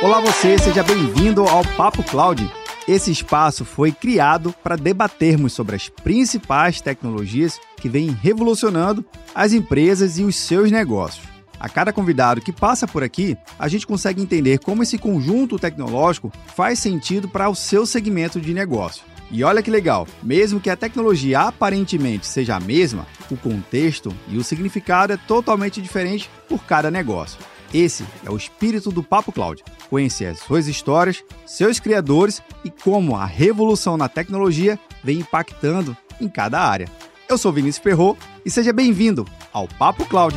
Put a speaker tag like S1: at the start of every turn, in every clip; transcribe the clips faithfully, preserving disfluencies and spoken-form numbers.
S1: Olá você, seja bem-vindo ao Papo Cloud. Esse espaço foi criado para debatermos sobre as principais tecnologias que vêm revolucionando as empresas e os seus negócios. A cada convidado que passa por aqui, a gente consegue entender como esse conjunto tecnológico faz sentido para o seu segmento de negócio. E olha que legal, mesmo que a tecnologia aparentemente seja a mesma, o contexto e o significado é totalmente diferente por cada negócio. Esse é o espírito do Papo Cloud, conhecer as suas histórias, seus criadores e como a revolução na tecnologia vem impactando em cada área. Eu sou Vinícius Perro e seja bem-vindo ao Papo Cloud.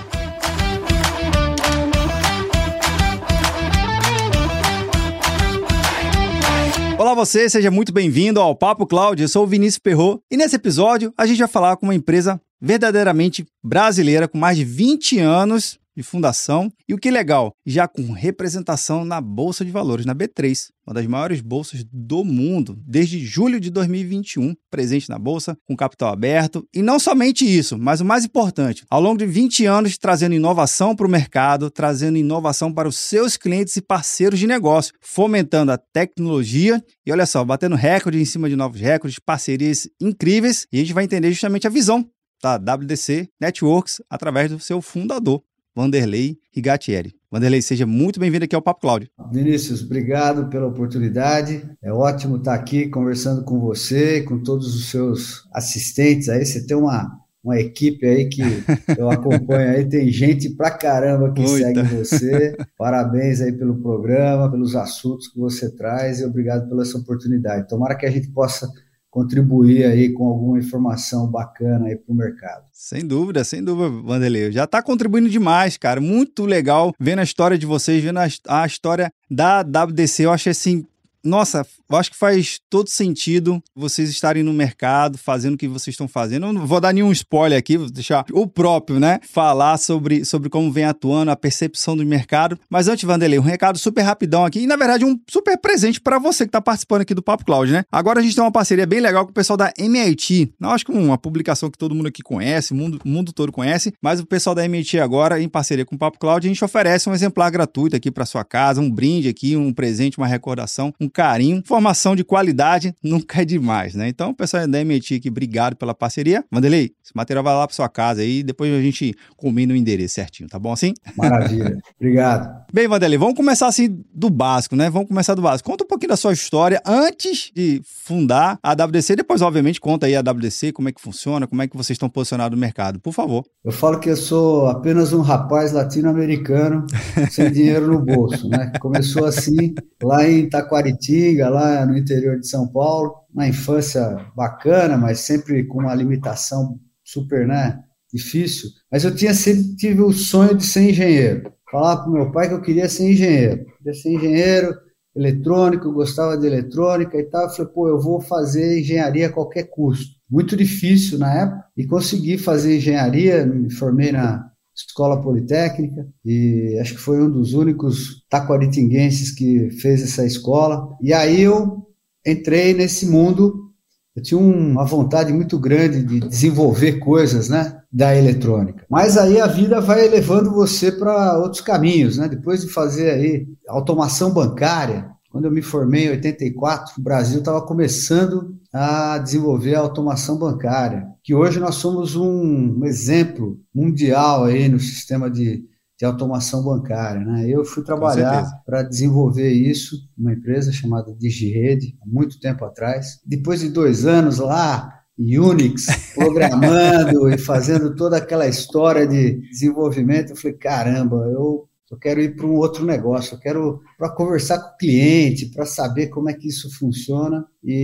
S1: Olá você, seja muito bem-vindo ao Papo Cloud, eu sou o Vinícius Perro e nesse episódio a gente vai falar com uma empresa verdadeiramente brasileira com mais de vinte anos de fundação e o que é legal, já com representação na Bolsa de Valores, na B três, uma das maiores bolsas do mundo, desde julho de dois mil e vinte e um, presente na Bolsa, com capital aberto. E não somente isso, mas o mais importante, ao longo de vinte anos trazendo inovação para o mercado, trazendo inovação para os seus clientes e parceiros de negócio, fomentando a tecnologia e olha só, batendo recorde em cima de novos recordes, parcerias incríveis e a gente vai entender justamente a visão da W D C Networks através do seu fundador, Vanderlei Rigatieri. Vanderlei, seja muito bem-vindo aqui ao Papo Cloud.
S2: Vinícius, obrigado pela oportunidade. É ótimo estar aqui conversando com você, com todos os seus assistentes. Aí você tem uma, uma equipe aí que eu acompanho aí, tem gente pra caramba que Muita. segue você. Parabéns aí pelo programa, pelos assuntos que você traz e obrigado pela essa oportunidade. Tomara que a gente possa contribuir aí com alguma informação bacana aí para o mercado.
S1: Sem dúvida, sem dúvida, Vanderlei. Já está contribuindo demais, cara. Muito legal vendo a história de vocês, vendo a, a história da W D C. Eu achei assim, nossa, eu acho que faz todo sentido vocês estarem no mercado, fazendo o que vocês estão fazendo. Eu não vou dar nenhum spoiler aqui, vou deixar o próprio, né, falar sobre, sobre como vem atuando, a percepção do mercado. Mas antes, Vanderlei, um recado super rapidão aqui e, na verdade, um super presente para você que está participando aqui do Papo Cloud, né? Agora a gente tem uma parceria bem legal com o pessoal da M I T. Não acho que uma publicação que todo mundo aqui conhece, o mundo, o mundo todo conhece, mas o pessoal da M I T agora, em parceria com o Papo Cloud, a gente oferece um exemplar gratuito aqui para sua casa, um brinde aqui, um presente, uma recordação, um carinho, informação de qualidade nunca é demais, né? Então, o pessoal da M I T aqui, obrigado pela parceria. Vanderlei, esse material vai lá para sua casa aí, depois a gente combina o endereço certinho, tá bom assim?
S2: Maravilha, obrigado.
S1: Bem, Vanderlei, vamos começar assim do básico, né? Vamos começar do básico. Conta um pouquinho da sua história antes de fundar a W D C, depois, obviamente, conta aí a W D C, como é que funciona, como é que vocês estão posicionados no mercado, por favor.
S2: Eu falo que eu sou apenas um rapaz latino-americano sem dinheiro no bolso, né? Começou assim, lá em Taquaritinga, lá no interior de São Paulo, uma infância bacana, mas sempre com uma limitação super, né, difícil. Mas eu tinha sempre tive o sonho de ser engenheiro. Falava para o meu pai que eu queria ser engenheiro. Queria ser engenheiro eletrônico, gostava de eletrônica e tal. Eu falei, pô, eu vou fazer engenharia a qualquer custo. Muito difícil na época e consegui fazer engenharia, me formei na Escola Politécnica e acho que foi um dos únicos taquaritinguenses que fez essa escola. E aí eu entrei nesse mundo, eu tinha uma vontade muito grande de desenvolver coisas, né, da eletrônica. Mas aí a vida vai levando você para outros caminhos, né? Depois de fazer aí automação bancária, quando eu me formei em oitenta e quatro, o Brasil estava começando a desenvolver a automação bancária, que hoje nós somos um exemplo mundial aí no sistema de, de automação bancária, né? Eu fui trabalhar para desenvolver isso numa empresa chamada DigiRede, há muito tempo atrás. Depois de dois anos lá, Unix, programando e fazendo toda aquela história de desenvolvimento, eu falei, caramba, eu... Eu quero ir para um outro negócio, eu quero para conversar com o cliente, para saber como é que isso funciona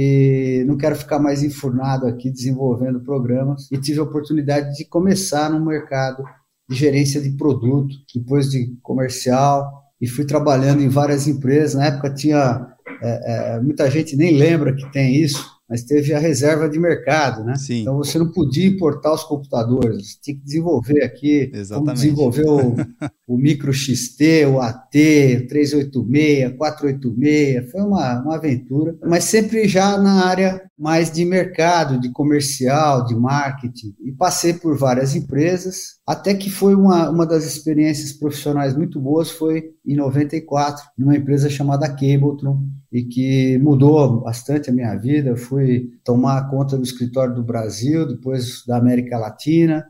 S2: e não quero ficar mais enfurnado aqui desenvolvendo programas. E tive a oportunidade de começar no mercado de gerência de produto, depois de comercial, e fui trabalhando em várias empresas. Na época tinha, é, é, muita gente nem lembra que tem isso, mas teve a reserva de mercado, né?
S1: Sim.
S2: Então você não podia importar os computadores, você tinha que desenvolver aqui, como desenvolver o, o micro X T, o A T, trezentos e oitenta e seis, quatrocentos e oitenta e seis, foi uma, uma aventura, mas sempre já na área mas de mercado, de comercial, de marketing. E passei por várias empresas, até que foi uma, uma das experiências profissionais muito boas, foi em noventa e quatro, numa empresa chamada Cabletron, e que mudou bastante a minha vida. Eu fui tomar conta do escritório do Brasil, depois da América Latina,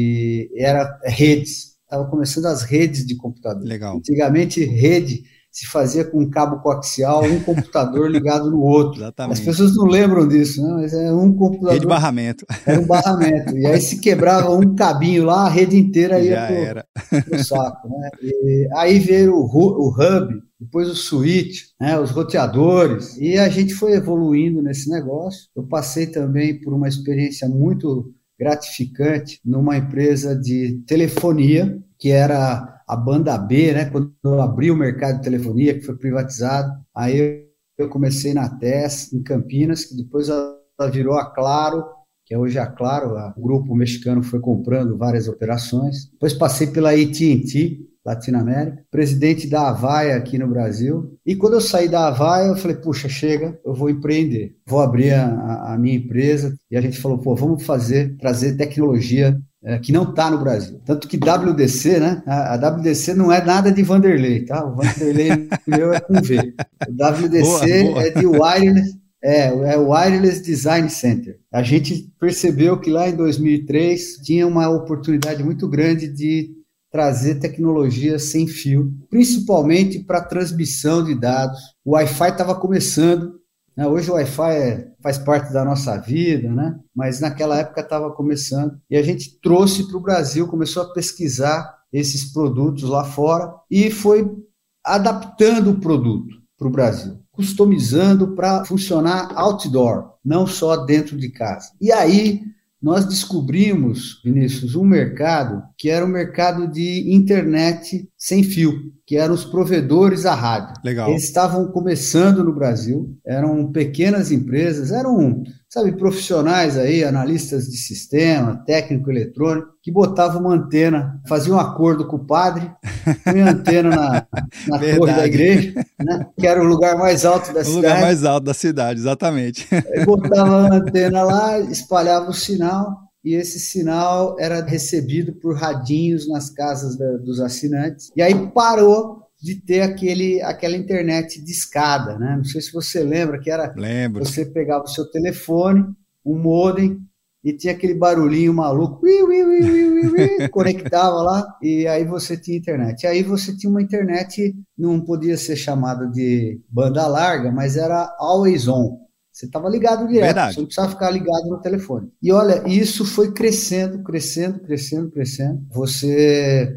S2: e era redes. Estava começando as redes de computador.
S1: Legal.
S2: Antigamente, rede se fazia com um cabo coaxial, um computador ligado no outro.
S1: Exatamente.
S2: As pessoas não lembram disso, né? Mas é um computador.
S1: Rede de barramento.
S2: Era um barramento. E aí se quebrava um cabinho lá, a rede inteira ia para o saco. Né? E aí veio o, o hub, depois o switch, né? Os roteadores. E a gente foi evoluindo nesse negócio. Eu passei também por uma experiência muito gratificante numa empresa de telefonia, que era a banda B, né? Quando eu abri o mercado de telefonia, que foi privatizado, aí eu comecei na T E S, em Campinas, que depois ela virou a Claro, que é hoje a Claro, o grupo mexicano foi comprando várias operações. Depois passei pela A T and T, Latinoamérica, presidente da Avaya aqui no Brasil. E quando eu saí da Avaya, eu falei, puxa, chega, eu vou empreender. Vou abrir a, a minha empresa. E a gente falou, pô, vamos fazer, trazer tecnologia é, que não está no Brasil. Tanto que W D C, né? A, a W D C não é nada de Vanderlei, tá? O Vanderlei meu é com V. O W D C boa, boa. É de Wireless, é, é o Wireless Design Center. A gente percebeu que lá em dois mil e três tinha uma oportunidade muito grande de trazer tecnologia sem fio, principalmente para transmissão de dados. O Wi-Fi estava começando, né? Hoje o Wi-Fi é, faz parte da nossa vida, né? Mas naquela época estava começando. E a gente trouxe para o Brasil, começou a pesquisar esses produtos lá fora e foi adaptando o produto para o Brasil, customizando para funcionar outdoor, não só dentro de casa. E aí nós descobrimos, Vinícius, um mercado que era o um mercado de internet sem fio, que eram os provedores à rádio.
S1: Legal.
S2: Eles estavam começando no Brasil, eram pequenas empresas, eram, sabe, profissionais aí, analistas de sistema, técnico eletrônico, que botavam uma antena, faziam um acordo com o padre, punha antena na, na torre da igreja, né, que era o lugar mais alto da
S1: o
S2: cidade.
S1: O lugar mais alto da cidade, exatamente.
S2: Aí botava a antena lá, espalhava o sinal, e esse sinal era recebido por radinhos nas casas da, dos assinantes. E aí parou de ter aquele, aquela internet de escada, né? Não sei se você lembra que era...
S1: Lembro.
S2: Você pegava o seu telefone, um modem, e tinha aquele barulhinho maluco, ui, ui, ui, ui, ui, conectava lá, e aí você tinha internet. E aí você tinha uma internet, não podia ser chamada de banda larga, mas era always on. Você estava ligado direto,
S1: Verdade.
S2: Você não precisava ficar ligado no telefone. E olha, isso foi crescendo, crescendo, crescendo, crescendo. Você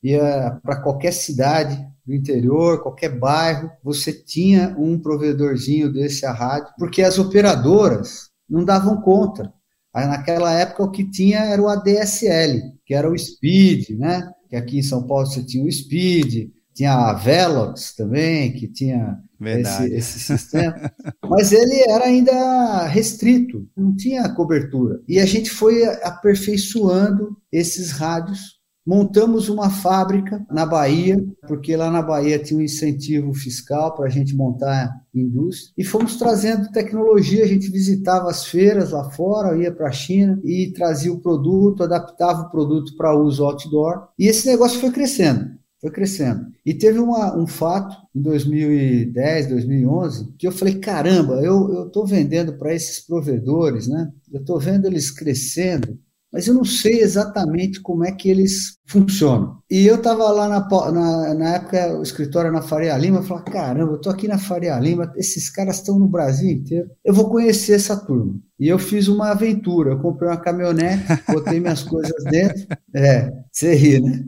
S2: ia para qualquer cidade do interior, qualquer bairro, você tinha um provedorzinho desse a rádio, porque as operadoras não davam conta. Aí, naquela época, o que tinha era o A D S L, que era o Speed, né? Que aqui em São Paulo você tinha o Speed, tinha a Velox também, que tinha esse, esse sistema. Mas ele era ainda restrito, não tinha cobertura. E a gente foi aperfeiçoando esses rádios. Montamos uma fábrica na Bahia, porque lá na Bahia tinha um incentivo fiscal para a gente montar indústria, e fomos trazendo tecnologia. A gente visitava as feiras lá fora, ia para a China e trazia o produto, adaptava o produto para uso outdoor, e esse negócio foi crescendo, foi crescendo. E teve uma, um fato, em dois mil e dez, dois mil e onze, que eu falei, caramba, eu estou vendendo para esses provedores, né? Eu estou vendo eles crescendo, mas eu não sei exatamente como é que eles funcionam. E eu estava lá na, na, na época, o escritório na Faria Lima, eu falei, caramba, eu estou aqui na Faria Lima, esses caras estão no Brasil inteiro, eu vou conhecer essa turma. E eu fiz uma aventura, eu comprei uma caminhonete, botei minhas coisas dentro, é, você ri, né?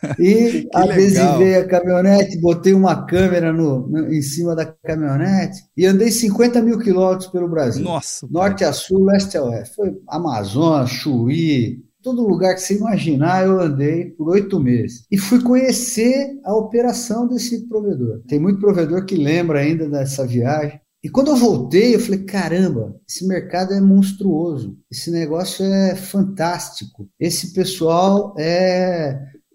S2: E adesivei a caminhonete, botei uma câmera no, no, em cima da caminhonete e andei cinquenta mil quilômetros pelo Brasil.
S1: Nossa!
S2: Norte a sul, leste a oeste. Foi Amazonas, Chuí, todo lugar que você imaginar eu andei por oito meses. E fui conhecer a operação desse provedor. Tem muito provedor que lembra ainda dessa viagem. E quando eu voltei, eu falei, caramba, esse mercado é monstruoso, esse negócio é fantástico, esse pessoal é,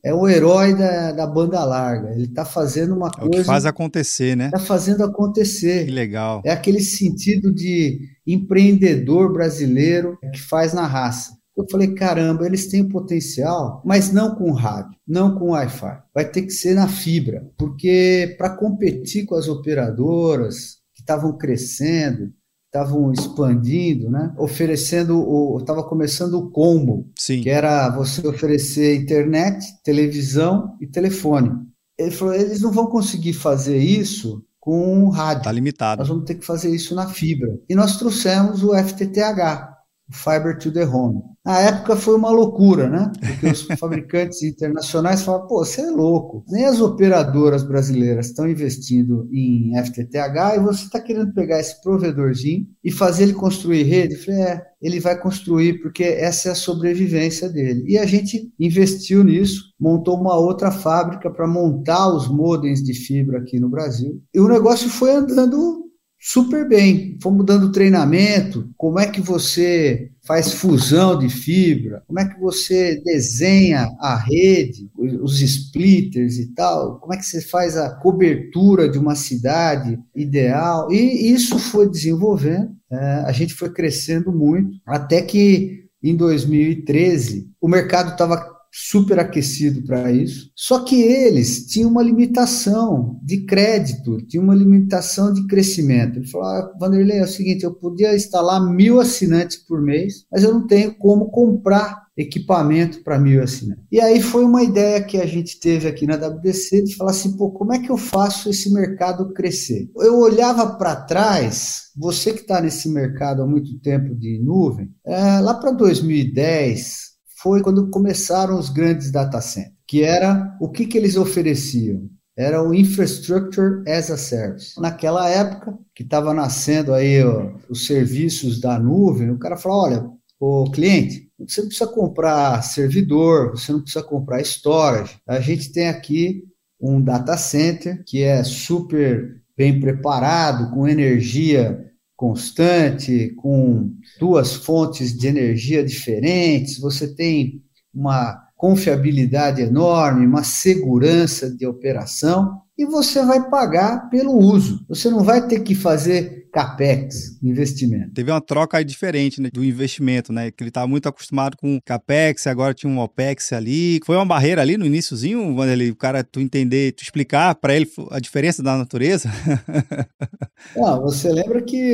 S2: é o herói da, da banda larga. Ele está fazendo uma
S1: É
S2: coisa...
S1: o que faz acontecer, né?
S2: Está fazendo acontecer.
S1: Que legal.
S2: É aquele sentido de empreendedor brasileiro que faz na raça. Eu falei, caramba, eles têm potencial, mas não com rádio, não com Wi-Fi. Vai ter que ser na fibra, porque para competir com as operadoras que estavam crescendo, estavam expandindo, né? Oferecendo, estava começando o combo,
S1: Sim.
S2: que era você oferecer internet, televisão e telefone. Ele falou, eles não vão conseguir fazer isso com rádio.
S1: Está limitado.
S2: Nós vamos ter que fazer isso na fibra. E nós trouxemos o F T T H, o Fiber to the Home. Na época foi uma loucura, né? Porque os fabricantes internacionais falavam, pô, você é louco. Nem as operadoras brasileiras estão investindo em F T T H e você está querendo pegar esse provedorzinho e fazer ele construir rede? Eu falei, é, ele vai construir porque essa é a sobrevivência dele. E a gente investiu nisso, montou uma outra fábrica para montar os modems de fibra aqui no Brasil. E o negócio foi andando super bem. Fomos dando treinamento, como é que você faz fusão de fibra, como é que você desenha a rede, os splitters e tal, como é que você faz a cobertura de uma cidade ideal. E isso foi desenvolvendo, é, a gente foi crescendo muito, até que em dois mil e treze o mercado estava super aquecido para isso, só que eles tinham uma limitação de crédito, tinham uma limitação de crescimento. Ele falou, ah, Vanderlei, é o seguinte, eu podia instalar mil assinantes por mês, mas eu não tenho como comprar equipamento para mil assinantes. E aí foi uma ideia que a gente teve aqui na W D C de falar assim, pô, como é que eu faço esse mercado crescer? Eu olhava para trás, você que está nesse mercado há muito tempo de nuvem, é, lá para dois mil e dez, foi quando começaram os grandes data centers, que era o que, que eles ofereciam? Era o Infrastructure as a Service. Naquela época, que estava nascendo aí ó, os serviços da nuvem, o cara falou, olha, o cliente, você não precisa comprar servidor, você não precisa comprar storage, a gente tem aqui um data center que é super bem preparado, com energia constante, com duas fontes de energia diferentes, você tem uma confiabilidade enorme, uma segurança de operação e você vai pagar pelo uso. Você não vai ter que fazer CAPEX, investimento.
S1: Teve uma troca aí diferente, né, do investimento, né? Que ele estava muito acostumado com CAPEX, agora tinha um OPEX ali. Foi uma barreira ali no iniciozinho, Vanderlei, o cara, tu entender, tu explicar para ele a diferença da natureza?
S2: Ah, você lembra que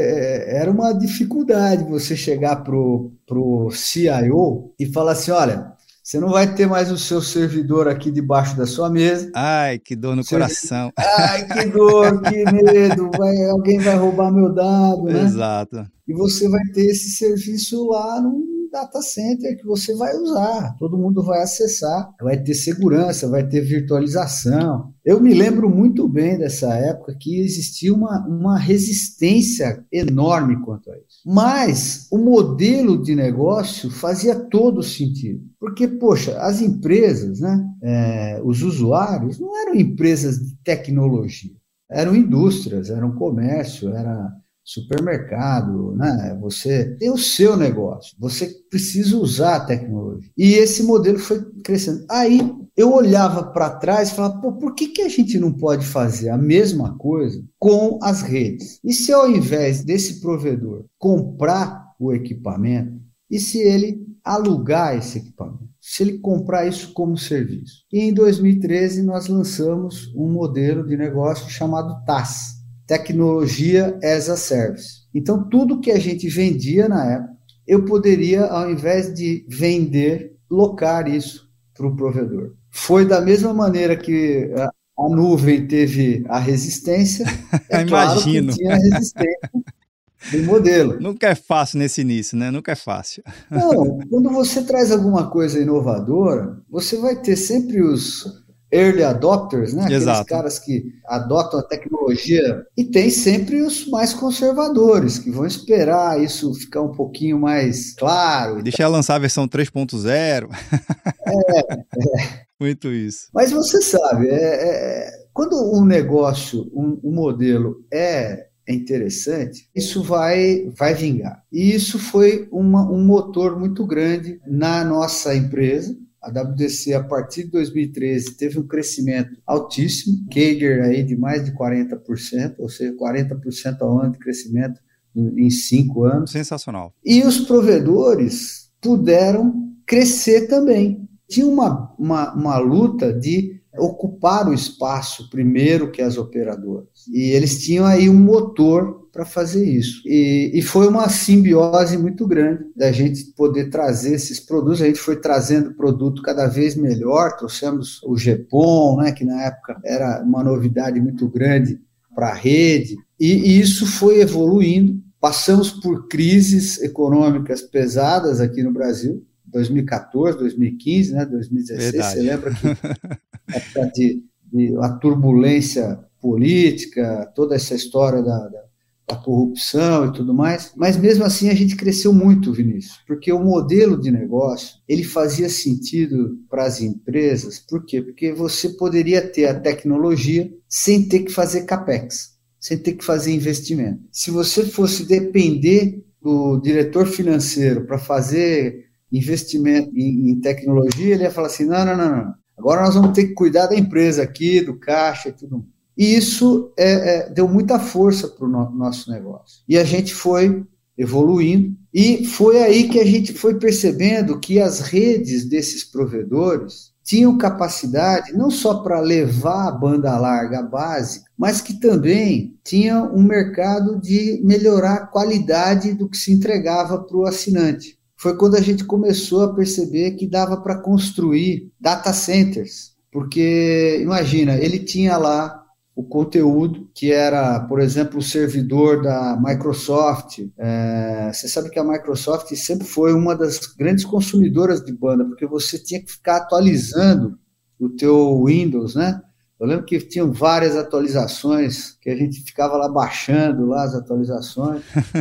S2: é, era uma dificuldade você chegar pro, pro C I O e falar assim, olha, você não vai ter mais o seu servidor aqui debaixo da sua mesa.
S1: Ai, que dor no
S2: Servidor...
S1: coração.
S2: Ai, que dor, que medo. Vai, alguém vai roubar meu dado, né?
S1: Exato.
S2: E você vai ter esse serviço lá num data center que você vai usar. Todo mundo vai acessar. Vai ter segurança, vai ter virtualização. Eu me lembro muito bem dessa época que existia uma, uma resistência enorme quanto a isso. Mas o modelo de negócio fazia todo sentido. Porque, poxa, as empresas, né, é, os usuários, não eram empresas de tecnologia. Eram indústrias, eram comércio, era supermercado, né? Você tem o seu negócio, você precisa usar a tecnologia. E esse modelo foi crescendo. Aí eu olhava para trás e falava, pô, por que, que a gente não pode fazer a mesma coisa com as redes? E se ao invés desse provedor comprar o equipamento, e se ele alugar esse equipamento? Se ele comprar isso como serviço? E em dois mil e treze nós lançamos um modelo de negócio chamado T A S, Tecnologia as a Service. Então, tudo que a gente vendia na época, eu poderia, ao invés de vender, locar isso para o provedor. Foi da mesma maneira que a, a nuvem teve a resistência, é claro que tinha a resistência do modelo.
S1: Nunca é fácil nesse início, né? Nunca é fácil.
S2: Não, quando você traz alguma coisa inovadora, você vai ter sempre os early adopters, né? Aqueles
S1: Exato.
S2: caras que adotam a tecnologia, e tem sempre os mais conservadores, que vão esperar isso ficar um pouquinho mais claro.
S1: Deixa eu lançar a versão três ponto zero.
S2: É, é.
S1: Muito isso.
S2: Mas você sabe, é, é, quando um negócio, um, um modelo é interessante, isso vai, vai vingar. E isso foi uma, um motor muito grande na nossa empresa. A W D C, a partir de dois mil e treze, teve um crescimento altíssimo, C A G R aí de mais de quarenta por cento, ou seja, quarenta por cento ao ano de crescimento em cinco anos.
S1: Sensacional.
S2: E os provedores puderam crescer também. Tinha uma, uma, uma luta de ocupar o espaço primeiro que as operadoras. E eles tinham aí um motor para fazer isso. E, e foi uma simbiose muito grande da gente poder trazer esses produtos. A gente foi trazendo produto cada vez melhor, trouxemos o GPON, né, que na época era uma novidade muito grande para a rede, e, e isso foi evoluindo. Passamos por crises econômicas pesadas aqui no Brasil, dois mil e quatorze, dois mil e quinze, né, dois mil e dezesseis, verdade. Você lembra que época de, de a turbulência política, toda essa história da, da, da corrupção e tudo mais, mas mesmo assim a gente cresceu muito, Vinícius, porque o modelo de negócio, ele fazia sentido para as empresas. Por quê? Porque você poderia ter a tecnologia sem ter que fazer capex, sem ter que fazer investimento. Se você fosse depender do diretor financeiro para fazer investimento em, em tecnologia, ele ia falar assim, não, não, não, não, agora nós vamos ter que cuidar da empresa aqui, do caixa e tudo mais. E isso é, é, deu muita força para o no, nosso negócio. E a gente foi evoluindo, e foi aí que a gente foi percebendo que as redes desses provedores tinham capacidade não só para levar a banda larga básica, mas que também tinha um mercado de melhorar a qualidade do que se entregava para o assinante. Foi quando a gente começou a perceber que dava para construir data centers, porque, imagina, ele tinha lá o conteúdo, que era, por exemplo, o servidor da Microsoft. É, você sabe que a Microsoft sempre foi uma das grandes consumidoras de banda, porque você tinha que ficar atualizando o teu Windows, né? Eu lembro que tinham várias atualizações, que a gente ficava lá baixando lá as atualizações.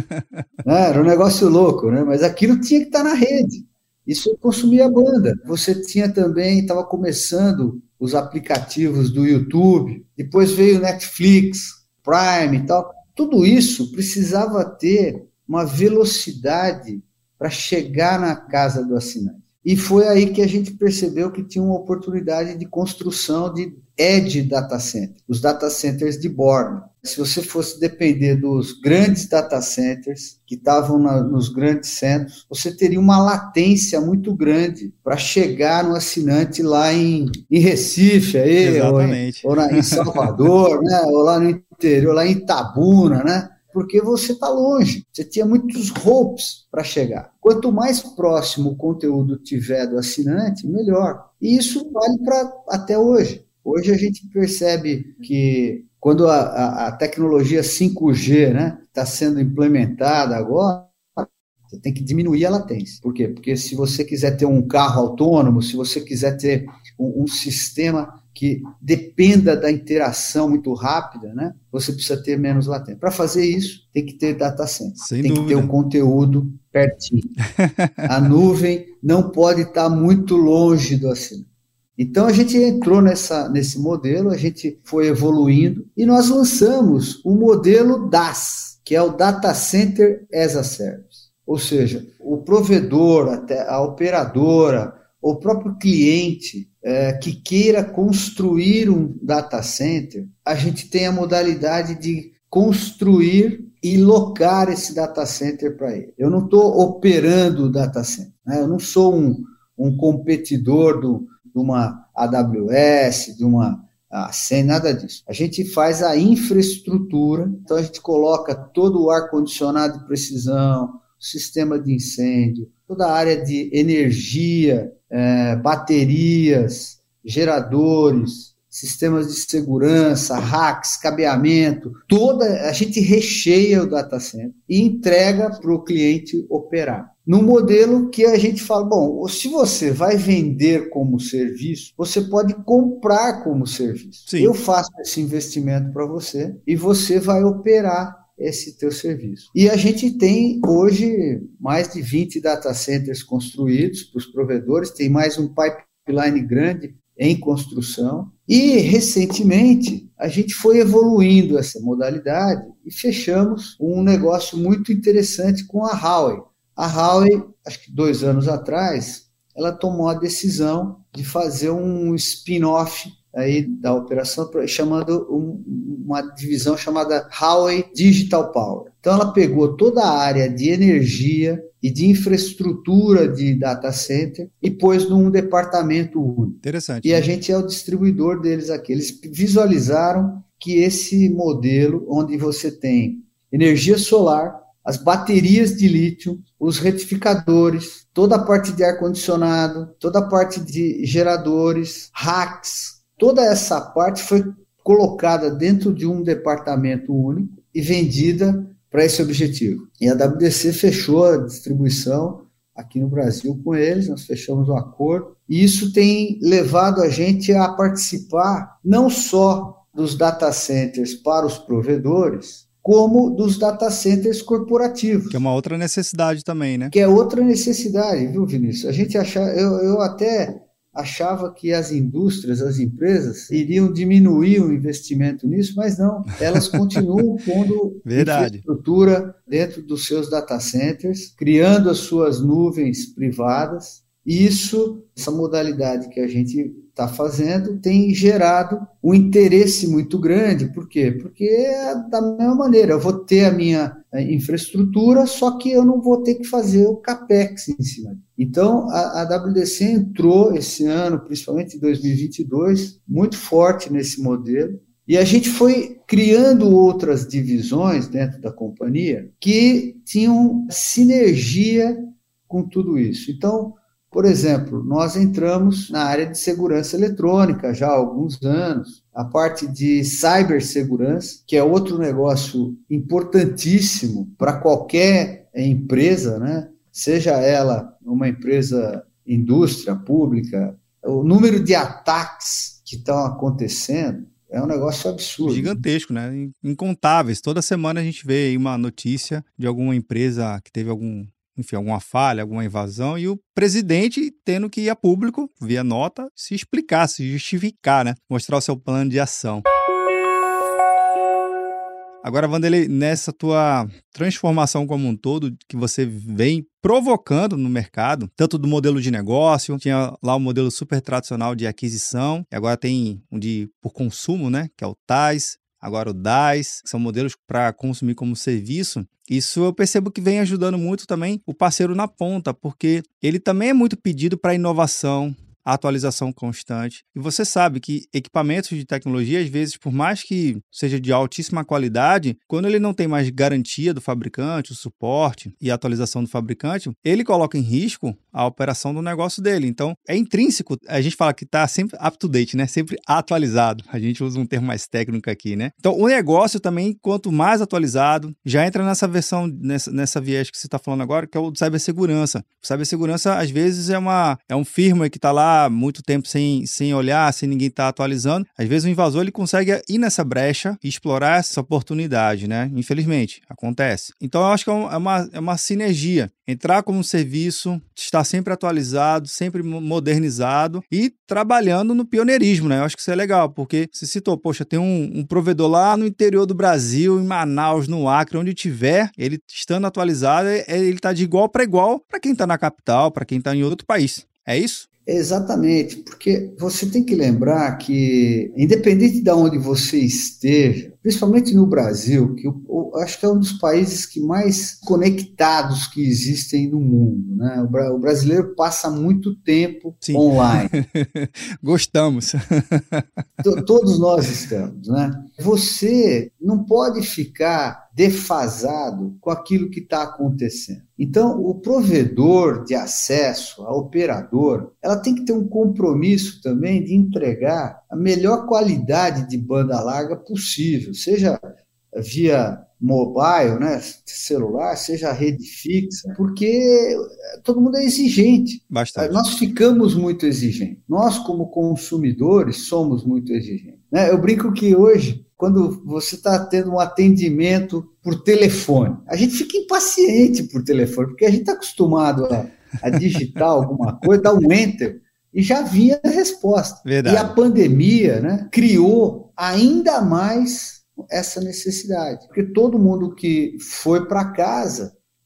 S2: É, era um negócio louco, né? Mas aquilo tinha que estar na rede. Isso consumia a banda. Você tinha também, estava começando os aplicativos do YouTube, depois veio Netflix, Prime e tal. Tudo isso precisava ter uma velocidade para chegar na casa do assinante. E foi aí que a gente percebeu que tinha uma oportunidade de construção de edge data center, os data centers de borda. Se você fosse depender dos grandes data centers que estavam na, nos grandes centros, você teria uma latência muito grande para chegar no assinante lá em, em Recife, aí, ou, em, ou na, em Salvador, né, ou lá no interior, lá em Itabuna, né? Porque você está longe, você tinha muitos hopes para chegar. Quanto mais próximo o conteúdo tiver do assinante, melhor. E isso vale para até hoje. Hoje a gente percebe que quando a, a, a tecnologia cinco G, né, está sendo implementada agora, você tem que diminuir a latência. Por quê? Porque se você quiser ter um carro autônomo, se você quiser ter um, um sistema que dependa da interação muito rápida, né, você precisa ter menos latência. Para fazer isso, tem que ter data center.
S1: Sem
S2: tem
S1: dúvida.
S2: que ter o conteúdo pertinho. A nuvem não pode estar muito longe do assinante. Então, a gente entrou nessa, nesse modelo, a gente foi evoluindo e nós lançamos o modelo D A S, que é o Data Center as a Service. Ou seja, o provedor, até a operadora, o próprio cliente é, que queira construir um data center, a gente tem a modalidade de construir e locar esse data center para ele. Eu não estou operando o data center, né? Eu não sou um, um competidor do de uma A W S, de uma sem nada disso. A gente faz a infraestrutura, então a gente coloca todo o ar-condicionado de precisão, sistema de incêndio, toda a área de energia, é, baterias, geradores, sistemas de segurança, racks, cabeamento, toda a gente recheia o data center e entrega para o cliente operar. Num modelo que a gente fala, bom, se você vai vender como serviço, você pode comprar como serviço. Sim. Eu faço esse investimento para você e você vai operar esse teu serviço. E a gente tem hoje mais de vinte data centers construídos para os provedores, tem mais um pipeline grande em construção. E, recentemente, a gente foi evoluindo essa modalidade e fechamos um negócio muito interessante com a Huawei. A Huawei, acho que dois anos atrás, ela tomou a decisão de fazer um spin-off aí da operação, chamando um, uma divisão chamada Huawei Digital Power. Então ela pegou toda a área de energia e de infraestrutura de data center e pôs num departamento único.
S1: Interessante.
S2: E
S1: né?
S2: a gente é o distribuidor deles aqui. Eles visualizaram que esse modelo, onde você tem energia solar, as baterias de lítio, os retificadores, toda a parte de ar-condicionado, toda a parte de geradores, racks, toda essa parte foi colocada dentro de um departamento único e vendida para esse objetivo. E a W D C fechou a distribuição aqui no Brasil com eles, nós fechamos um acordo, e isso tem levado a gente a participar não só dos data centers para os provedores, como dos data centers corporativos.
S1: Que é uma outra necessidade também, né?
S2: Que é outra necessidade, viu, Vinícius? A gente achava, eu, eu até achava que as indústrias, as empresas, iriam diminuir o investimento nisso, mas não, elas continuam pondo
S1: Verdade.
S2: infraestrutura dentro dos seus data centers, criando as suas nuvens privadas. Isso, essa modalidade que a gente está fazendo, tem gerado um interesse muito grande. Por quê? Porque é da mesma maneira, eu vou ter a minha infraestrutura, só que eu não vou ter que fazer o CAPEX em cima. Então, a, a W D C entrou esse ano, principalmente em dois mil e vinte e dois, muito forte nesse modelo. E a gente foi criando outras divisões dentro da companhia que tinham sinergia com tudo isso. Então, por exemplo, nós entramos na área de segurança eletrônica já há alguns anos, a parte de cibersegurança, que é outro negócio importantíssimo para qualquer empresa, né? Seja ela uma empresa, indústria pública, o número de ataques que estão acontecendo é um negócio absurdo.
S1: Gigantesco, né? Incontáveis. Toda semana a gente vê aí uma notícia de alguma empresa que teve algum... enfim, alguma falha, alguma invasão, e o presidente tendo que ir a público, via nota, se explicar, se justificar, né? Mostrar o seu plano de ação. Agora, Wanderley, nessa tua transformação como um todo, que você vem provocando no mercado, tanto do modelo de negócio, tinha lá o modelo super tradicional de aquisição, e agora tem um de por consumo, né? Que é o T A S, agora o D A S, que são modelos para consumir como serviço. Isso eu percebo que vem ajudando muito também o parceiro na ponta, porque ele também é muito pedido para inovação, atualização constante. E você sabe que equipamentos de tecnologia, às vezes, por mais que seja de altíssima qualidade, quando ele não tem mais garantia do fabricante, o suporte e a atualização do fabricante, ele coloca em risco a operação do negócio dele. Então, é intrínseco. A gente fala que está sempre up to date, né? Sempre atualizado. A gente usa um termo mais técnico aqui, né? Então, o negócio também, quanto mais atualizado, já entra nessa versão, nessa, nessa viés que você está falando agora, que é o de cibersegurança. O cibersegurança, às vezes, é, uma, é um firmware que está lá há muito tempo sem, sem olhar, sem ninguém estar tá atualizando. Às vezes, o invasor ele consegue ir nessa brecha e explorar essa oportunidade, né? Infelizmente, acontece. Então, eu acho que é uma, é uma sinergia. Entrar como um serviço, estar sempre atualizado, sempre modernizado e trabalhando no pioneirismo, né? Eu acho que isso é legal, porque você citou, poxa, tem um, um provedor lá no interior do Brasil, em Manaus, no Acre, onde tiver, ele estando atualizado, ele está de igual para igual para quem está na capital, para quem está em outro país. É isso?
S2: Exatamente, porque você tem que lembrar que, independente de onde você esteja, principalmente no Brasil, que eu, eu acho que é um dos países que mais conectados que existem no mundo, né? O, o brasileiro passa muito tempo Sim. online.
S1: Gostamos.
S2: Todos nós estamos, né? Você não pode ficar defasado com aquilo que está acontecendo. Então, o provedor de acesso, a operadora, ela tem que ter um compromisso também de entregar a melhor qualidade de banda larga possível, seja via mobile, né, celular, seja rede fixa, porque todo mundo é exigente.
S1: Bastante.
S2: Nós ficamos muito exigentes. Nós, como consumidores, somos muito exigentes. Né? Eu brinco que hoje, quando você está tendo um atendimento por telefone, a gente fica impaciente por telefone, porque a gente está acostumado a, a digitar alguma coisa, dar um enter, e já vinha a resposta.
S1: Verdade.
S2: E a pandemia, né, criou ainda mais essa necessidade, porque todo mundo que foi para casa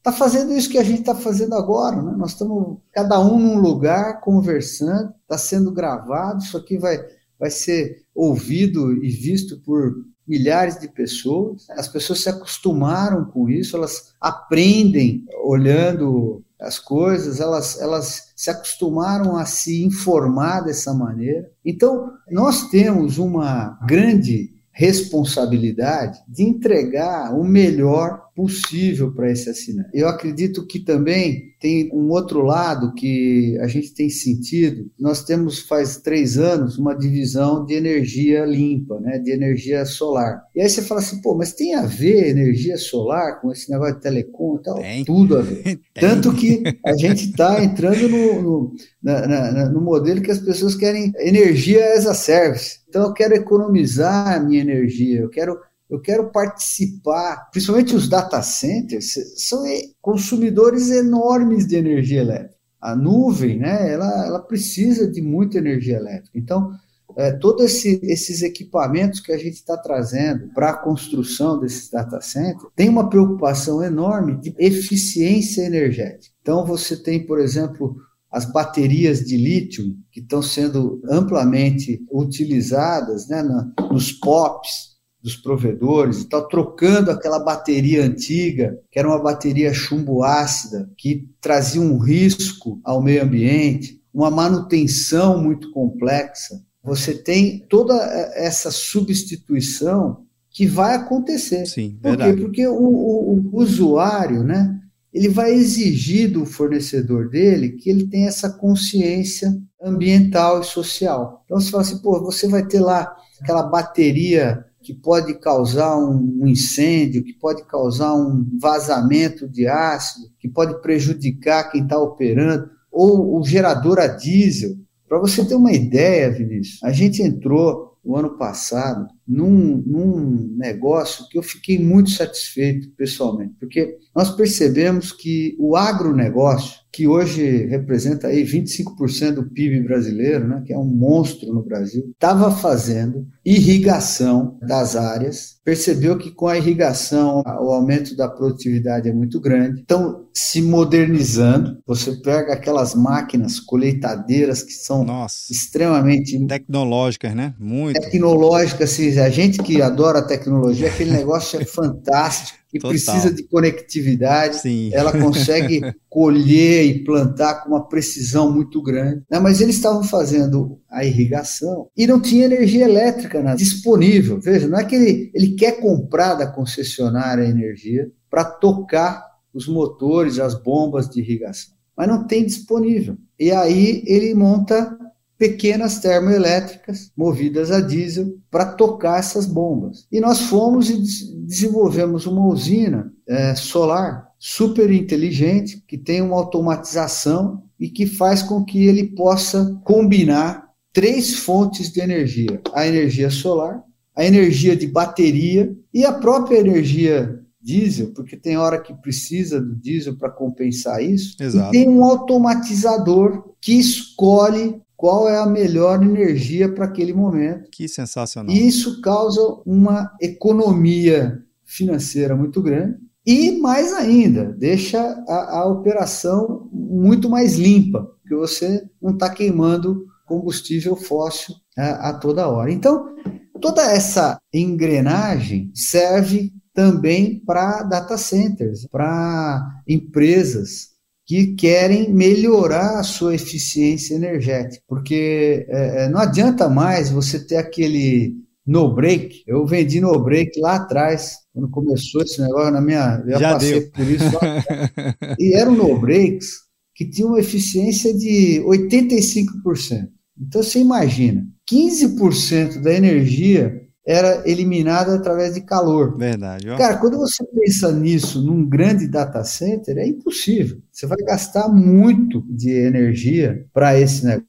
S2: está fazendo isso que a gente está fazendo agora, né? Nós estamos cada um num lugar conversando, está sendo gravado, isso aqui vai, vai ser ouvido e visto por milhares de pessoas. As pessoas se acostumaram com isso, elas aprendem olhando as coisas, elas, elas se acostumaram a se informar dessa maneira. Então, nós temos uma grande responsabilidade de entregar o melhor possível para esse assinante. Eu acredito que também tem um outro lado que a gente tem sentido. Nós temos, faz três anos, uma divisão de energia limpa, né, de energia solar. E aí você fala assim, pô, mas tem a ver energia solar com esse negócio de telecom e tal?
S1: Tem.
S2: Tudo a ver. Tem. Tanto que a gente está entrando no, no, na, na, no modelo que as pessoas querem energia as a service. Então eu quero economizar a minha energia, eu quero Eu quero participar, principalmente os data centers, são consumidores enormes de energia elétrica. A nuvem, né, ela, ela precisa de muita energia elétrica. Então, é, todos esse, esses equipamentos que a gente está trazendo para a construção desses data centers tem uma preocupação enorme de eficiência energética. Então, você tem, por exemplo, as baterias de lítio que estão sendo amplamente utilizadas, né, na, nos P O Ps, dos provedores, e tal, trocando aquela bateria antiga, que era uma bateria chumbo ácida, que trazia um risco ao meio ambiente, uma manutenção muito complexa. Você tem toda essa substituição que vai acontecer.
S1: Sim,
S2: Por
S1: verdade.
S2: quê? Porque o, o, o usuário, né, ele vai exigir do fornecedor dele que ele tenha essa consciência ambiental e social. Então, você fala assim, pô, você vai ter lá aquela bateria que pode causar um incêndio, que pode causar um vazamento de ácido, que pode prejudicar quem está operando, ou o gerador a diesel. Para você ter uma ideia, Vinícius, a gente entrou no ano passado num, num negócio que eu fiquei muito satisfeito pessoalmente, porque nós percebemos que o agronegócio, que hoje representa aí vinte e cinco por cento do P I B brasileiro, né, que é um monstro no Brasil, estava fazendo irrigação das áreas, percebeu que com a irrigação o aumento da produtividade é muito grande, então se modernizando, você pega aquelas máquinas colheitadeiras que são
S1: Nossa,
S2: extremamente
S1: tecnológicas, né? Muito.
S2: Tecnológicas, assim, a gente que adora a tecnologia, aquele negócio é fantástico, que
S1: Total.
S2: precisa de conectividade,
S1: Sim.
S2: Ela consegue colher e plantar com uma precisão muito grande, né? Mas eles estavam fazendo a irrigação e não tinha energia elétrica, né, disponível. Veja, não é que ele, ele quer comprar da concessionária a energia para tocar os motores, as bombas de irrigação, mas não tem disponível. E aí ele monta pequenas termoelétricas movidas a diesel para tocar essas bombas. E nós fomos e desenvolvemos uma usina é, solar super inteligente, que tem uma automatização e que faz com que ele possa combinar três fontes de energia: a energia solar, a energia de bateria e a própria energia diesel, porque tem hora que precisa do diesel para compensar isso.
S1: Exato.
S2: E tem um automatizador que escolhe qual é a melhor energia para aquele momento.
S1: Que sensacional.
S2: E isso causa uma economia financeira muito grande e, mais ainda, deixa a, a operação muito mais limpa, porque você não está queimando combustível fóssil a, a toda hora. Então, toda essa engrenagem serve também para data centers, para empresas que querem melhorar a sua eficiência energética, porque é, não adianta mais você ter aquele no-break. Eu vendi no-break lá atrás, quando começou esse negócio, na minha, eu já, já passei deu. por isso lá atrás. E eram no-breaks que tinham uma eficiência de oitenta e cinco por cento. Então você imagina, quinze por cento da energia era eliminada através de calor.
S1: Verdade. Ó.
S2: Cara, quando você pensa nisso num grande data center, é impossível. Você vai gastar muito de energia para esse negócio.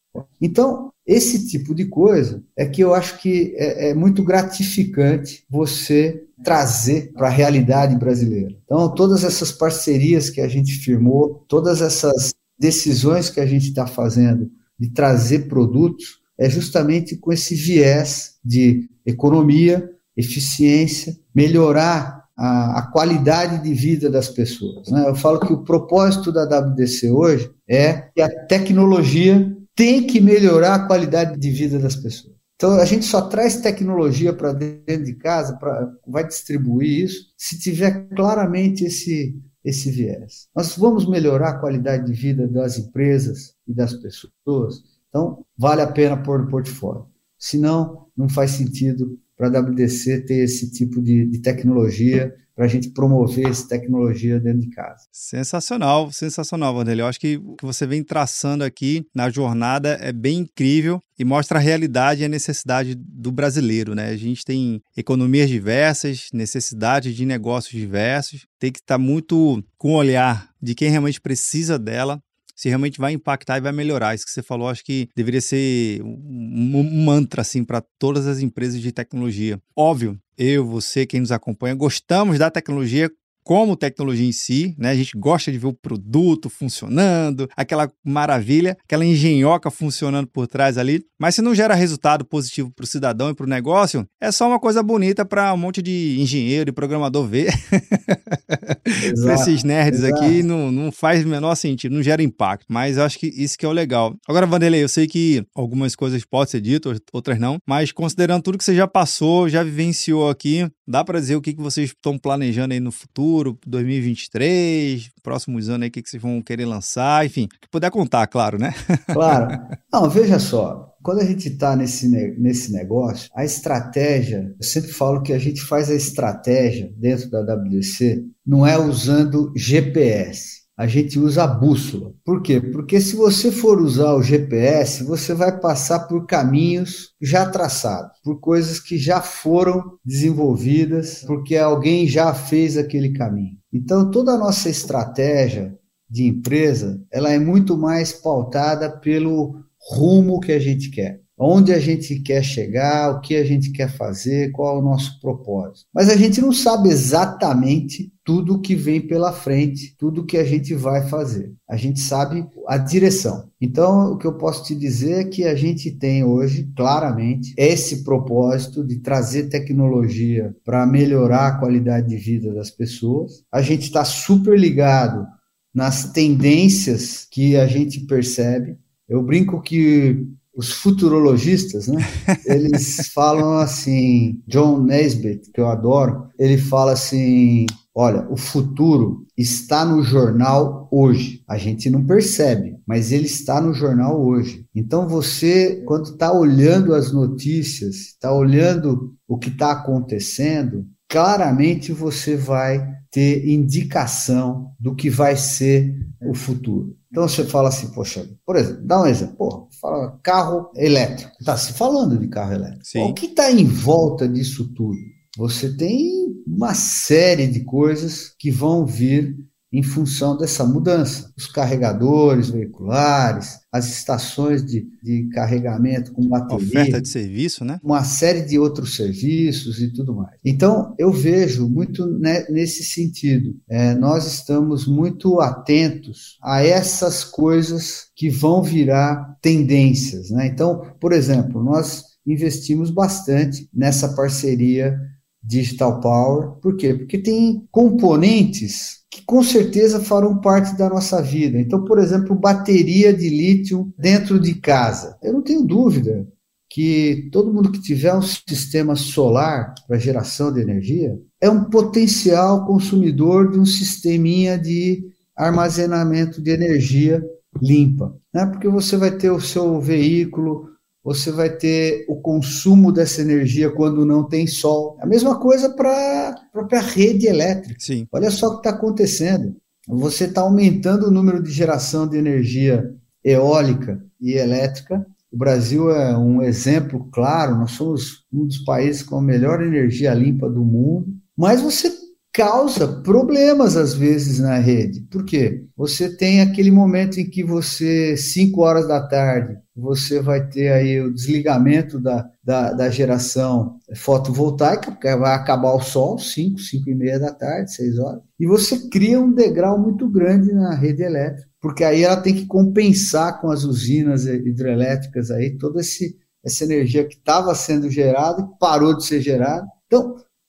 S2: Então, esse tipo de coisa é que eu acho que é, é muito gratificante você trazer para a realidade brasileira. Então, todas essas parcerias que a gente firmou, todas essas decisões que a gente está fazendo de trazer produtos, é justamente com esse viés de economia, eficiência, melhorar a, a qualidade de vida das pessoas, né? Eu falo que o propósito da W D C hoje é que a tecnologia tem que melhorar a qualidade de vida das pessoas. Então, a gente só traz tecnologia para dentro de casa, pra, vai distribuir isso, se tiver claramente esse, esse viés. Nós vamos melhorar a qualidade de vida das empresas e das pessoas, então vale a pena pôr no portfólio. Senão, não faz sentido para a W D C ter esse tipo de, de tecnologia, para a gente promover essa tecnologia dentro de casa.
S1: Sensacional, sensacional, Vanderlei. Eu acho que o que você vem traçando aqui na jornada é bem incrível e mostra a realidade e a necessidade do brasileiro, né? A gente tem economias diversas, necessidades de negócios diversos, tem que estar muito com o olhar de quem realmente precisa dela, se realmente vai impactar e vai melhorar. Isso que você falou, acho que deveria ser um, um mantra assim, para todas as empresas de tecnologia. Óbvio, eu, você, quem nos acompanha, gostamos da tecnologia como tecnologia em si, né? A gente gosta de ver o produto funcionando, aquela maravilha, aquela engenhoca funcionando por trás ali, mas se não gera resultado positivo para o cidadão e para o negócio, é só uma coisa bonita para um monte de engenheiro e programador ver. Para esses nerds
S2: exato.
S1: aqui não, não faz o menor sentido, não gera impacto, mas eu acho que isso que é o legal. Agora, Vanderlei, eu sei que algumas coisas podem ser ditas, outras não, mas considerando tudo que você já passou, já vivenciou aqui, dá para dizer o que, que vocês estão planejando aí no futuro, dois mil e vinte e três, próximos anos aí, o que, que vocês vão querer lançar, enfim, que puder contar, claro, né?
S2: Claro. Não, veja só, quando a gente está nesse, nesse negócio, a estratégia, eu sempre falo que a gente faz a estratégia dentro da W D C, não é usando G P S. A gente usa a bússola. Por quê? Porque se você for usar o G P S, você vai passar por caminhos já traçados, por coisas que já foram desenvolvidas, porque alguém já fez aquele caminho. Então, toda a nossa estratégia de empresa, ela é muito mais pautada pelo rumo que a gente quer. Onde a gente quer chegar, o que a gente quer fazer, qual é o nosso propósito. Mas a gente não sabe exatamente tudo o que vem pela frente, tudo o que a gente vai fazer. A gente sabe a direção. Então, o que eu posso te dizer é que a gente tem hoje, claramente, esse propósito de trazer tecnologia para melhorar a qualidade de vida das pessoas. A gente está super ligado nas tendências que a gente percebe. Eu brinco que os futurologistas, né, eles falam assim, John Naisbitt, que eu adoro, ele fala assim, olha, o futuro está no jornal hoje. A gente não percebe, mas ele está no jornal hoje. Então você, quando está olhando as notícias, está olhando o que está acontecendo, claramente você vai ter indicação do que vai ser o futuro. Então você fala assim, poxa, por exemplo, dá um exemplo, porra, fala carro elétrico. Está se falando de carro elétrico. Pô, o que está em volta disso tudo? Você tem uma série de coisas que vão vir em função dessa mudança. Os carregadores veiculares, as estações de, de carregamento com bateria.
S1: Oferta de serviço, né?
S2: Uma série de outros serviços e tudo mais. Então, eu vejo muito né, nesse sentido. É, nós estamos muito atentos a essas coisas que vão virar tendências, né? Então, por exemplo, nós investimos bastante nessa parceria Digital Power. Por quê? Porque tem componentes que com certeza farão parte da nossa vida. Então, por exemplo, bateria de lítio dentro de casa. Eu não tenho dúvida que todo mundo que tiver um sistema solar para geração de energia é um potencial consumidor de um sisteminha de armazenamento de energia limpa, né? Porque você vai ter o seu veículo, você vai ter o consumo dessa energia quando não tem sol. A mesma coisa para a própria rede elétrica.
S1: Sim.
S2: Olha só o que está acontecendo. Você está aumentando o número de geração de energia eólica e elétrica. O Brasil é um exemplo claro, nós somos um dos países com a melhor energia limpa do mundo, mas você causa problemas às vezes na rede. Por quê? Você tem aquele momento em que você, cinco horas da tarde, você vai ter aí o desligamento da, da, da geração fotovoltaica, porque vai acabar o sol, cinco, cinco e meia da tarde, seis horas, e você cria um degrau muito grande na rede elétrica, porque aí ela tem que compensar com as usinas hidrelétricas aí toda esse, essa energia que estava sendo gerada e parou de ser gerada. Então,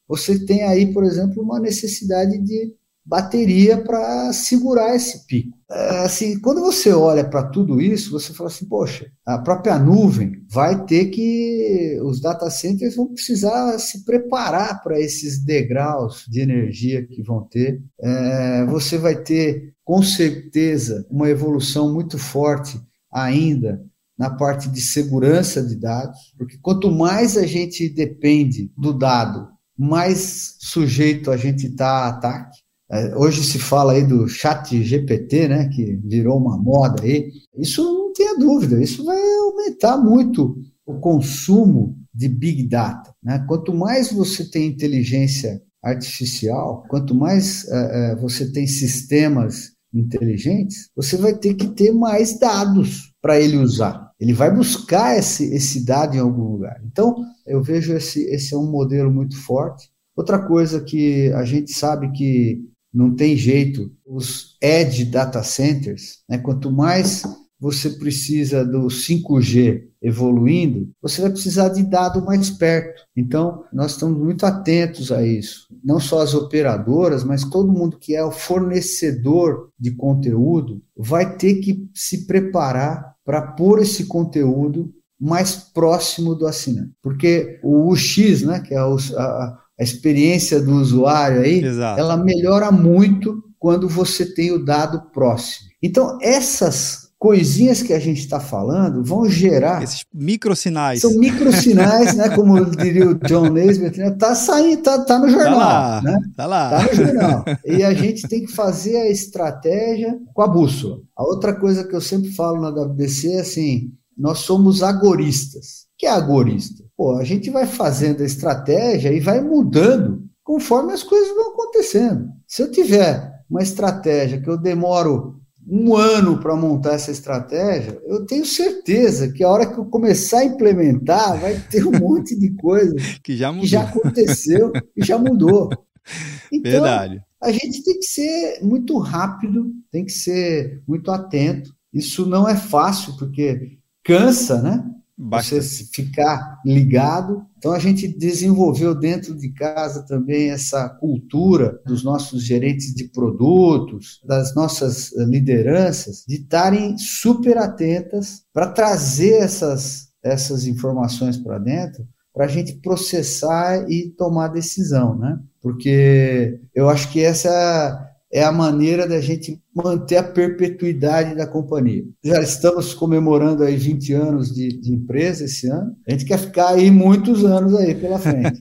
S2: você tem aí, por exemplo, uma necessidade de bateria para segurar esse pico. É, assim, quando você olha para tudo isso, você fala assim, poxa, a própria nuvem vai ter que, os data centers vão precisar se preparar para esses degraus de energia que vão ter. É, você vai ter, com certeza, uma evolução muito forte ainda na parte de segurança de dados, porque quanto mais a gente depende do dado, mais sujeito a gente está a ataque. Hoje se fala aí do chat G P T, né, que virou uma moda aí. Isso não tenha dúvida, isso vai aumentar muito o consumo de Big Data, né? Quanto mais você tem inteligência artificial, quanto mais uh, você tem sistemas inteligentes, você vai ter que ter mais dados para ele usar. Ele vai buscar esse, esse dado em algum lugar. Então, eu vejo esse, esse é um modelo muito forte. Outra coisa que a gente sabe que não tem jeito, os Edge Data Centers, né, quanto mais você precisa do cinco G evoluindo, você vai precisar de dado mais perto. Então, nós estamos muito atentos a isso. Não só as operadoras, mas todo mundo que é o fornecedor de conteúdo vai ter que se preparar para pôr esse conteúdo mais próximo do assinante. Porque o U X, né, que é o, a, a experiência do usuário aí, Exato. Ela melhora muito quando você tem o dado próximo. Então, essas coisinhas que a gente está falando vão gerar...
S1: Esses microsinais.
S2: São microsinais, né, como diria o John Naisbitt, né, tá saindo, tá, tá no jornal.
S1: Tá lá,
S2: né?
S1: tá lá.
S2: Tá no jornal. E a gente tem que fazer a estratégia com a bússola. A outra coisa que eu sempre falo na W D C é assim, nós somos agoristas. O que é agorista? Pô, a gente vai fazendo a estratégia e vai mudando conforme as coisas vão acontecendo. Se eu tiver uma estratégia que eu demoro um ano para montar essa estratégia, eu tenho certeza que a hora que eu começar a implementar, vai ter um monte de coisa
S1: que já,
S2: que já aconteceu e já mudou. Então,
S1: Verdade.
S2: A gente tem que ser muito rápido, tem que ser muito atento. Isso não é fácil, porque cansa, né? Basta. Você ficar ligado. Então, a gente desenvolveu dentro de casa também essa cultura dos nossos gerentes de produtos, das nossas lideranças, de estarem super atentas para trazer essas, essas informações para dentro, para a gente processar e tomar decisão, né? Porque eu acho que essa é a maneira da gente manter a perpetuidade da companhia. Já estamos comemorando aí vinte anos de, de empresa esse ano. A gente quer ficar aí muitos anos aí pela frente.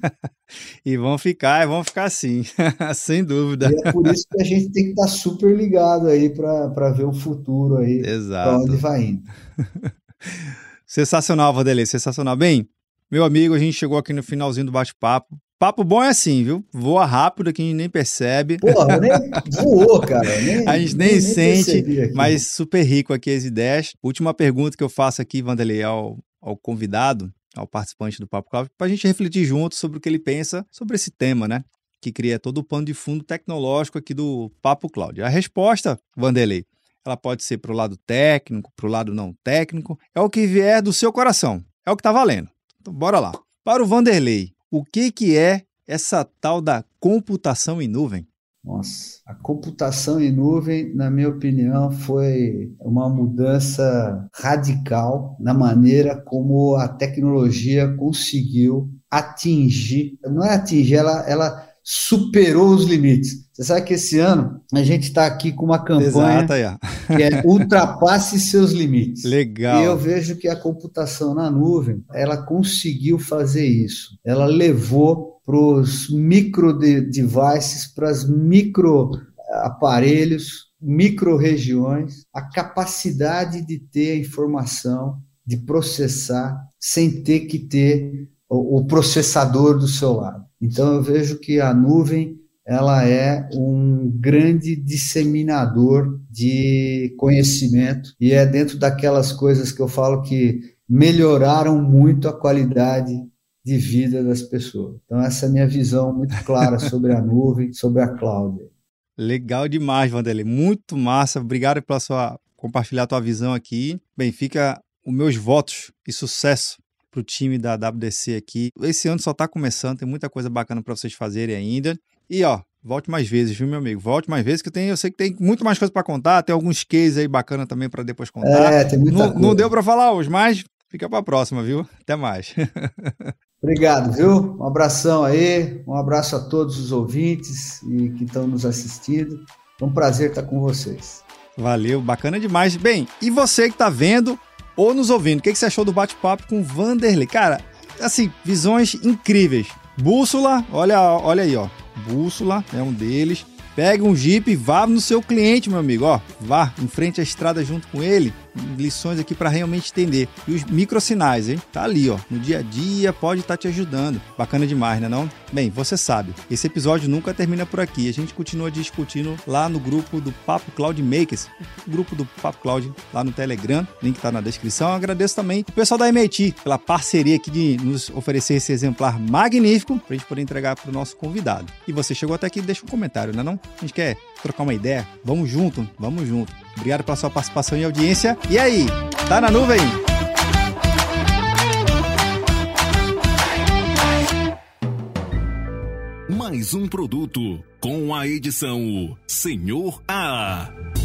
S1: E vão ficar, vão ficar sim, sem dúvida.
S2: E é por isso que a gente tem que estar super ligado aí para ver o futuro aí, para onde vai indo.
S1: Sensacional, Vanderlei, sensacional. Bem, meu amigo, a gente chegou aqui no finalzinho do bate-papo. Papo bom é assim, viu? Voa rápido que a gente nem percebe.
S2: Porra, nem voou, cara. Nem,
S1: a gente nem, nem sente, mas super rico aqui as ideias. Última pergunta que eu faço aqui, Vanderlei, ao, ao convidado, ao participante do Papo Cloud, para a gente refletir junto sobre o que ele pensa sobre esse tema, né? Que cria todo o pano de fundo tecnológico aqui do Papo Cloud. A resposta, Vanderlei, ela pode ser para o lado técnico, para o lado não técnico, é o que vier do seu coração, é o que está valendo. Então, bora lá. Para o Vanderlei, o que, que é essa tal da computação em nuvem?
S2: Nossa, a computação em nuvem, na minha opinião, foi uma mudança radical na maneira como a tecnologia conseguiu atingir, não é atingir, ela, ela superou os limites. Você sabe que esse ano a gente está aqui com uma campanha
S1: Exato, é.
S2: que é ultrapasse seus limites.
S1: Legal.
S2: E eu vejo que a computação na nuvem, ela conseguiu fazer isso. Ela levou para os micro devices, para os micro aparelhos, micro regiões, a capacidade de ter a informação, de processar, sem ter que ter o, o processador do seu lado. Então eu vejo que a nuvem ela é um grande disseminador de conhecimento e é dentro daquelas coisas que eu falo que melhoraram muito a qualidade de vida das pessoas. Então essa é a minha visão muito clara sobre a nuvem, sobre a cloud.
S1: Legal demais, Vanderlei. Muito massa. Obrigado pela sua compartilhar a tua visão aqui. Bem, fica os meus votos e sucesso pro time da W D C aqui. Esse ano só tá começando, tem muita coisa bacana para vocês fazerem ainda. E ó, volte mais vezes, viu, meu amigo? Volte mais vezes, que eu, tenho, eu sei que tem muito mais coisa para contar, tem alguns cases aí bacana também para depois contar.
S2: É, tem muita
S1: não,
S2: coisa.
S1: Não deu para falar hoje, mas fica para a próxima, viu? Até mais.
S2: Obrigado, viu? Um abração aí, um abraço a todos os ouvintes e que estão nos assistindo. É um prazer estar com vocês.
S1: Valeu, bacana demais. Bem, e você que tá vendo ou nos ouvindo, o que, que você achou do bate-papo com o Vanderlei? Cara, assim, visões incríveis. Bússola, olha, olha aí, ó. Bússola é um deles. Pega um Jeep e vá no seu cliente, meu amigo, ó. Vá em frente à estrada junto com ele. Lições aqui para realmente entender. E os microsinais, hein? Tá ali, ó. No dia a dia pode estar te ajudando. Bacana demais, né não? Bem, você sabe, esse episódio nunca termina por aqui. A gente continua discutindo lá no grupo do Papo Cloud Makers. O grupo do Papo Cloud lá no Telegram. Link tá na descrição. Eu agradeço também o pessoal da M I T pela parceria aqui de nos oferecer esse exemplar magnífico pra gente poder entregar pro nosso convidado. E você chegou até aqui, deixa um comentário, né não? A gente quer trocar uma ideia? Vamos junto, vamos junto. Obrigado pela sua participação e audiência. E aí, tá na nuvem?
S3: Mais um produto com a edição Senhor A.